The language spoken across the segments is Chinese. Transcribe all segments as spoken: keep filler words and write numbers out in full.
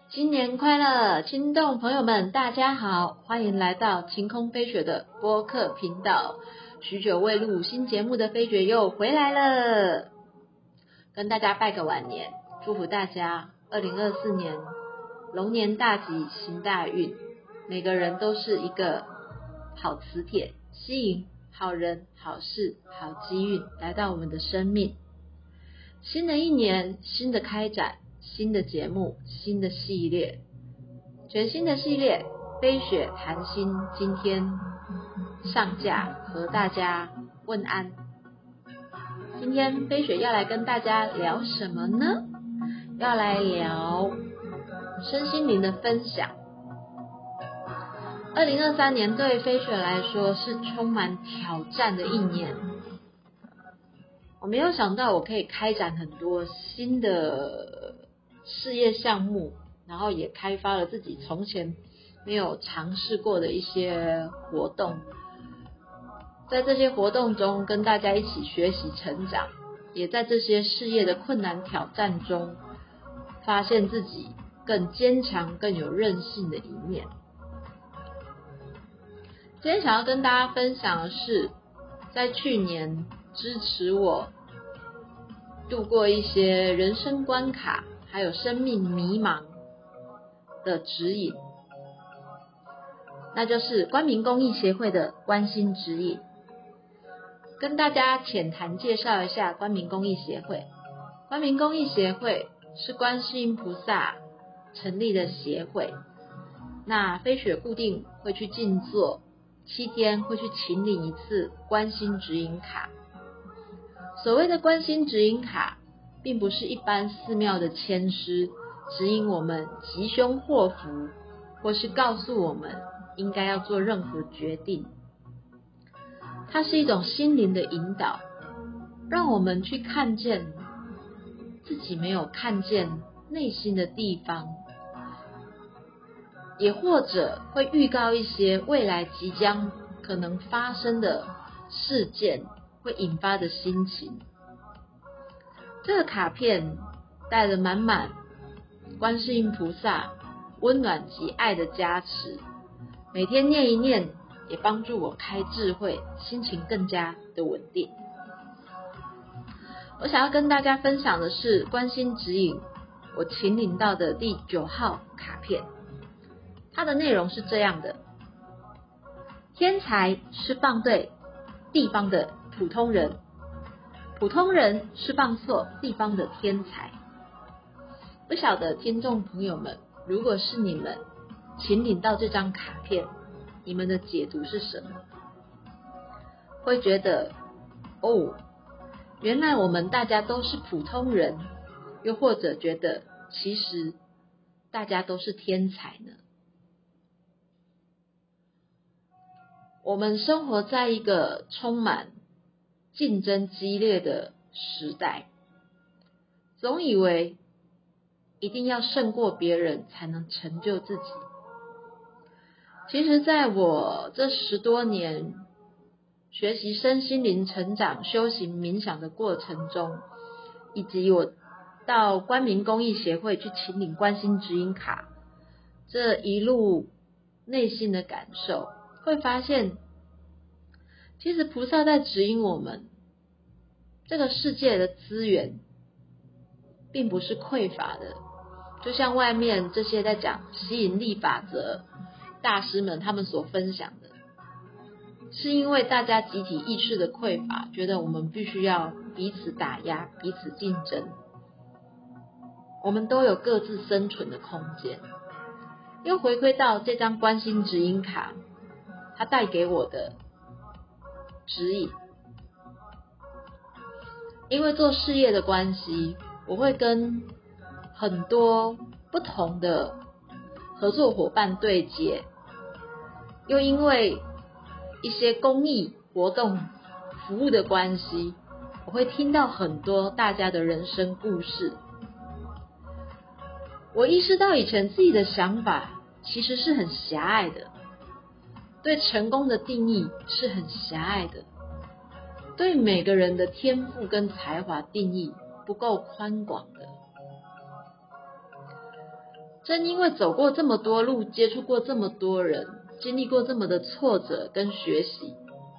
新年快乐，听众朋友们大家好，欢迎来到晴空飞雪的播客频道。许久未录新节目的飞雪又回来了，跟大家拜个晚年，祝福大家二零二四年龙年大吉，行大运，每个人都是一个好磁铁，吸引好人、好事、好机运来到我们的生命。新的一年，新的开展，新的节目，新的系列，全新的系列飞雪谈心，今天上架和大家问安。今天飞雪要来跟大家聊什么呢？要来聊身心灵的分享。二零二三年对飞雪来说是充满挑战的一年，我没有想到我可以开展很多新的事业项目，然后也开发了自己从前没有尝试过的一些活动，在这些活动中跟大家一起学习成长，也在这些事业的困难挑战中发现自己更坚强更有韧性的一面。今天想要跟大家分享的是，在去年支持我度过一些人生关卡还有生命迷茫的指引，那就是关民公益协会的关心指引。跟大家浅谈介绍一下关民公益协会。关民公益协会是观世音菩萨成立的协会，那飞雪固定会去静坐七天，会去请领一次观心指引卡。所谓的观心指引卡，并不是一般寺庙的签诗指引我们吉凶祸福，或是告诉我们应该要做任何决定。它是一种心灵的引导，让我们去看见自己没有看见内心的地方，也或者会预告一些未来即将可能发生的事件会引发的心情。这个卡片带了满满观世音菩萨温暖及爱的加持，每天念一念，也帮助我开智慧，心情更加的稳定。我想要跟大家分享的是观心指引我请领到的第九号卡片，它的内容是这样的：天才是放对地方的普通人，普通人是放错地方的天才。不晓得听众朋友们，如果是你们请领到这张卡片，你们的解读是什么？会觉得哦，原来我们大家都是普通人，又或者觉得其实大家都是天才呢？我们生活在一个充满竞争激烈的时代，总以为一定要胜过别人才能成就自己。其实在我这十多年学习身心灵成长、修行冥想的过程中，以及我到观民公益协会去请领观心指引卡，这一路内心的感受，会发现其实菩萨在指引我们，这个世界的资源并不是匮乏的，就像外面这些在讲吸引力法则大师们他们所分享的，是因为大家集体意识的匮乏，觉得我们必须要彼此打压，彼此竞争，我们都有各自生存的空间。又回归到这张观心指引卡，它带给我的指引，因为做事业的关系，我会跟很多不同的合作伙伴对接，又因为一些公益活动服务的关系，我会听到很多大家的人生故事。我意识到以前自己的想法其实是很狭隘的，对成功的定义是很狭隘的，对每个人的天赋跟才华定义不够宽广的。 正因为走过这么多路，接触过这么多人，经历过这么的挫折跟学习，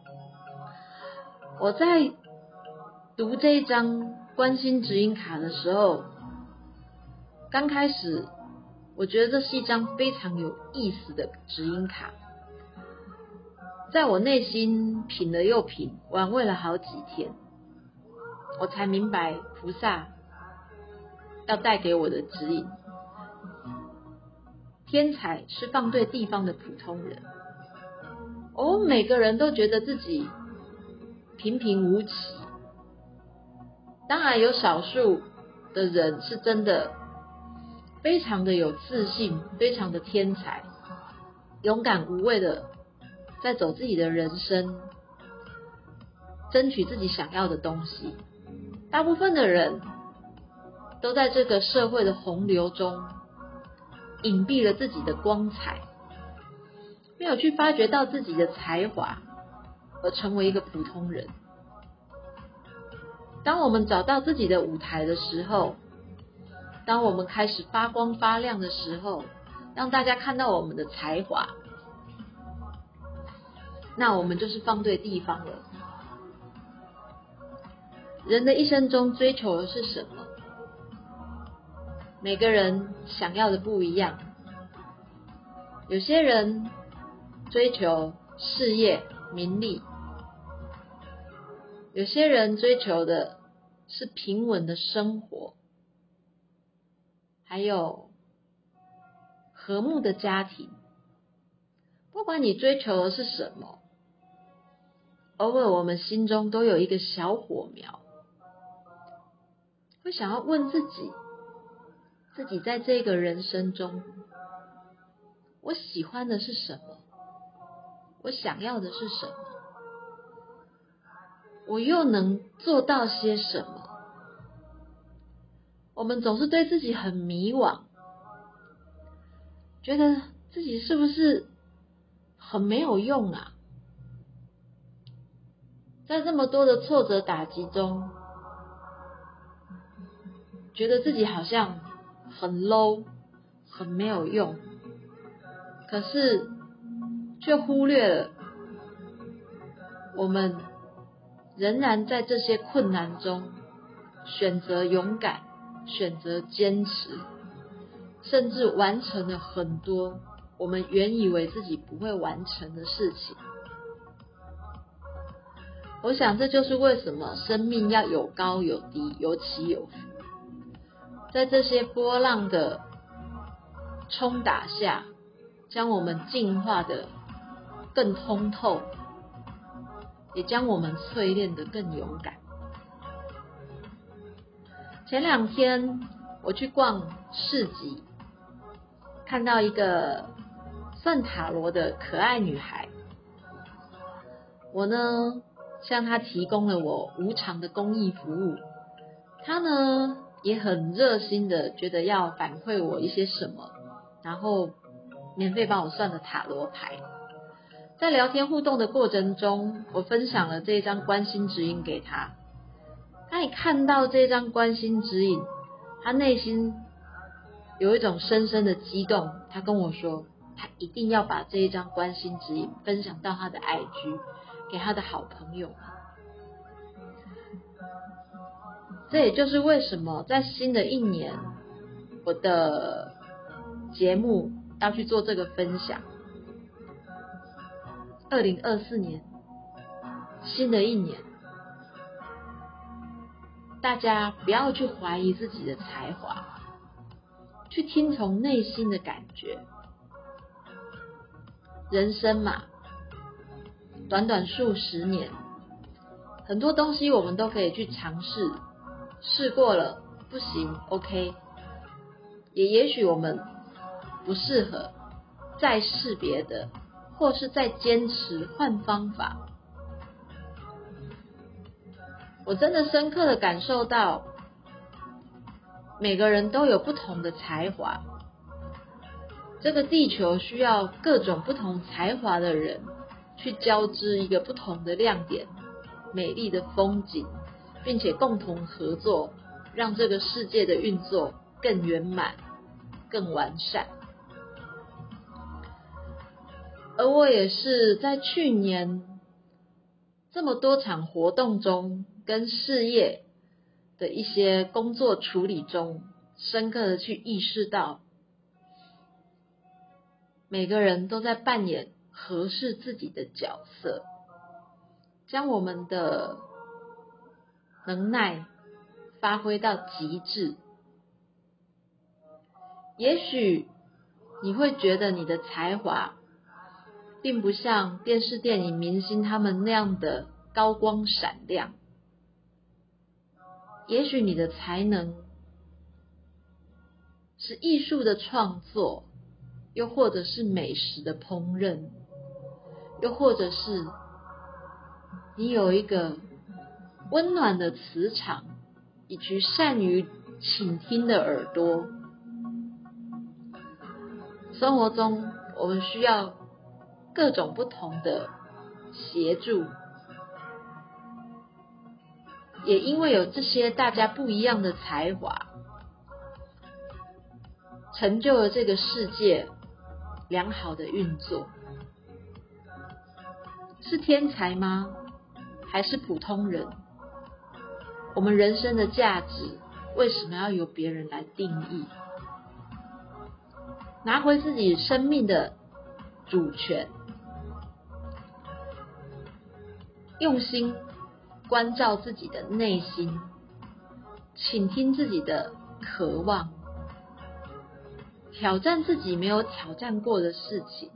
我在读这一张观心指引卡的时候，刚开始我觉得这是一张非常有意思的指引卡，在我内心品了又品，玩味了好几天，我才明白菩萨要带给我的指引。天才是放对地方的普通人。我们每个人都觉得自己平平无奇，当然有少数的人是真的非常的有自信，非常的天才，勇敢无畏的在走自己的人生，争取自己想要的东西。大部分的人都在这个社会的洪流中隐蔽了自己的光彩，没有去发掘到自己的才华，而成为一个普通人。当我们找到自己的舞台的时候，当我们开始发光发亮的时候，让大家看到我们的才华，那我们就是放对地方了。人的一生中追求的是什么？每个人想要的不一样，有些人追求事业名利，有些人追求的是平稳的生活，还有和睦的家庭。不管你追求的是什么，偶尔我们心中都有一个小火苗，会想要问自己，自己在这个人生中，我喜欢的是什么？我想要的是什么？我又能做到些什么？我们总是对自己很迷惘，觉得自己是不是很没有用啊？在这么多的挫折打击中，觉得自己好像很 low， 很没有用，可是却忽略了我们仍然在这些困难中选择勇敢，选择坚持，甚至完成了很多我们原以为自己不会完成的事情。我想这就是为什么生命要有高有低，有起有伏。在这些波浪的冲打下，将我们净化的更通透，也将我们淬炼得更勇敢。前两天我去逛市集，看到一个算塔罗的可爱女孩，我呢向她提供了我无偿的公益服务，她呢也很热心的觉得要反馈我一些什么，然后免费帮我算了塔罗牌。在聊天互动的过程中，我分享了这张观心指引给她，她一看到这张观心指引，她内心有一种深深的激动，她跟我说她一定要把这一张观心指引分享到她的 I G， 给她的好朋友们。这也就是为什么在新的一年，我的节目要去做这个分享。二零二四年，新的一年，大家不要去怀疑自己的才华，去听从内心的感觉。人生嘛，短短数十年，很多东西我们都可以去尝试，试过了不行 OK， 也也许我们不适合，再试别的，或是再坚持换方法。我真的深刻的感受到，每个人都有不同的才华，这个地球需要各种不同才华的人去交织一个不同的亮点，美丽的风景，并且共同合作，让这个世界的运作更圆满。 更完善。而我也是在去年这么多场活动中，跟事业的一些工作处理中，深刻的去意识到，每个人都在扮演合适自己的角色，将我们的能耐发挥到极致。也许你会觉得你的才华并不像电视电影明星他们那样的高光闪亮，也许你的才能是艺术的创作，又或者是美食的烹饪，又或者是你有一个温暖的磁场，以及善于倾听的耳朵。生活中我们需要各种不同的协助，也因为有这些大家不一样的才华，成就了这个世界良好的运作。是天才吗？还是普通人？我们人生的价值为什么要由别人来定义？拿回自己生命的主权，用心关照自己的内心，倾听自己的渴望，挑战自己没有挑战过的事情。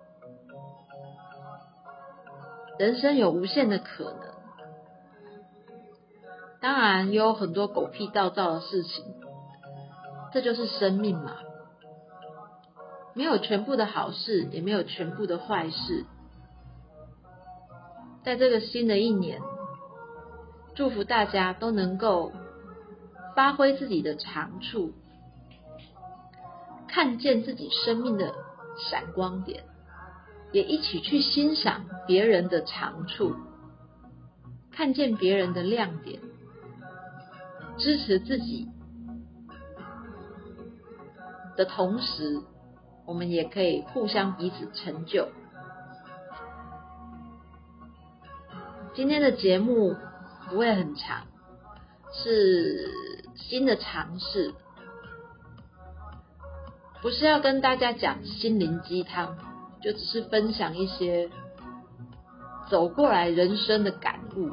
人生有无限的可能，当然也有很多狗屁倒灶的事情，这就是生命嘛。没有全部的好事，也没有全部的坏事。在这个新的一年，祝福大家都能够发挥自己的长处，看见自己生命的闪光点，也一起去欣赏别人的长处，看见别人的亮点，支持自己的同时，我们也可以互相彼此成就。今天的节目不会很长，是新的尝试，不是要跟大家讲心灵鸡汤，就只是分享一些走过来人生的感悟。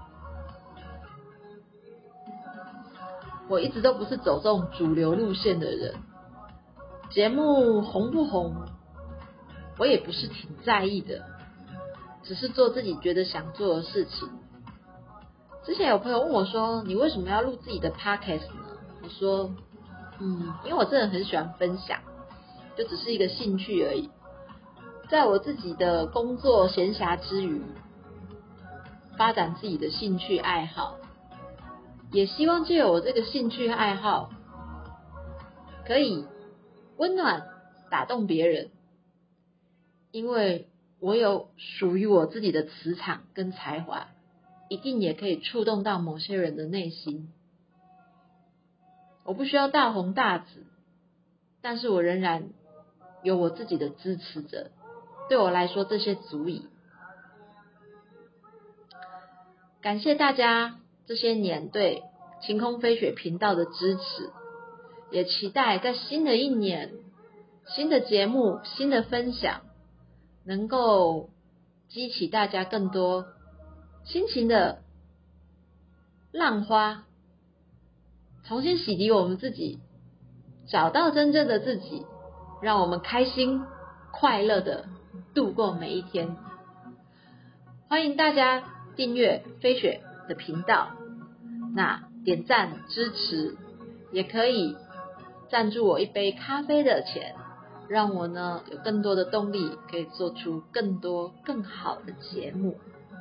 我一直都不是走这种主流路线的人，节目红不红，我也不是挺在意的，只是做自己觉得想做的事情。之前有朋友问我说，你为什么要录自己的 podcast 呢？我说，嗯，因为我真的很喜欢分享，就只是一个兴趣而已。在我自己的工作闲暇之余，发展自己的兴趣爱好，也希望借由我这个兴趣爱好，可以温暖打动别人，因为我有属于我自己的磁场跟才华，一定也可以触动到某些人的内心。我不需要大红大紫，但是我仍然有我自己的支持者，对我来说这些足矣。感谢大家这些年对晴空飞雪频道的支持，也期待在新的一年，新的节目，新的分享，能够激起大家更多心情的浪花，重新洗涤我们自己，找到真正的自己，让我们开心快乐的度过每一天。欢迎大家订阅飞雪的频道，那点赞支持，也可以赞助我一杯咖啡的钱，让我呢有更多的动力，可以做出更多更好的节目。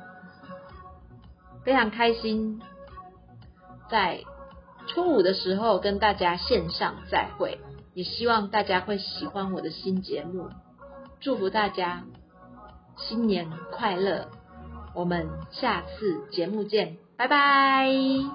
非常开心在初五的时候跟大家线上再会，也希望大家会喜欢我的新节目。祝福大家新年快乐，我们下次节目见，拜拜。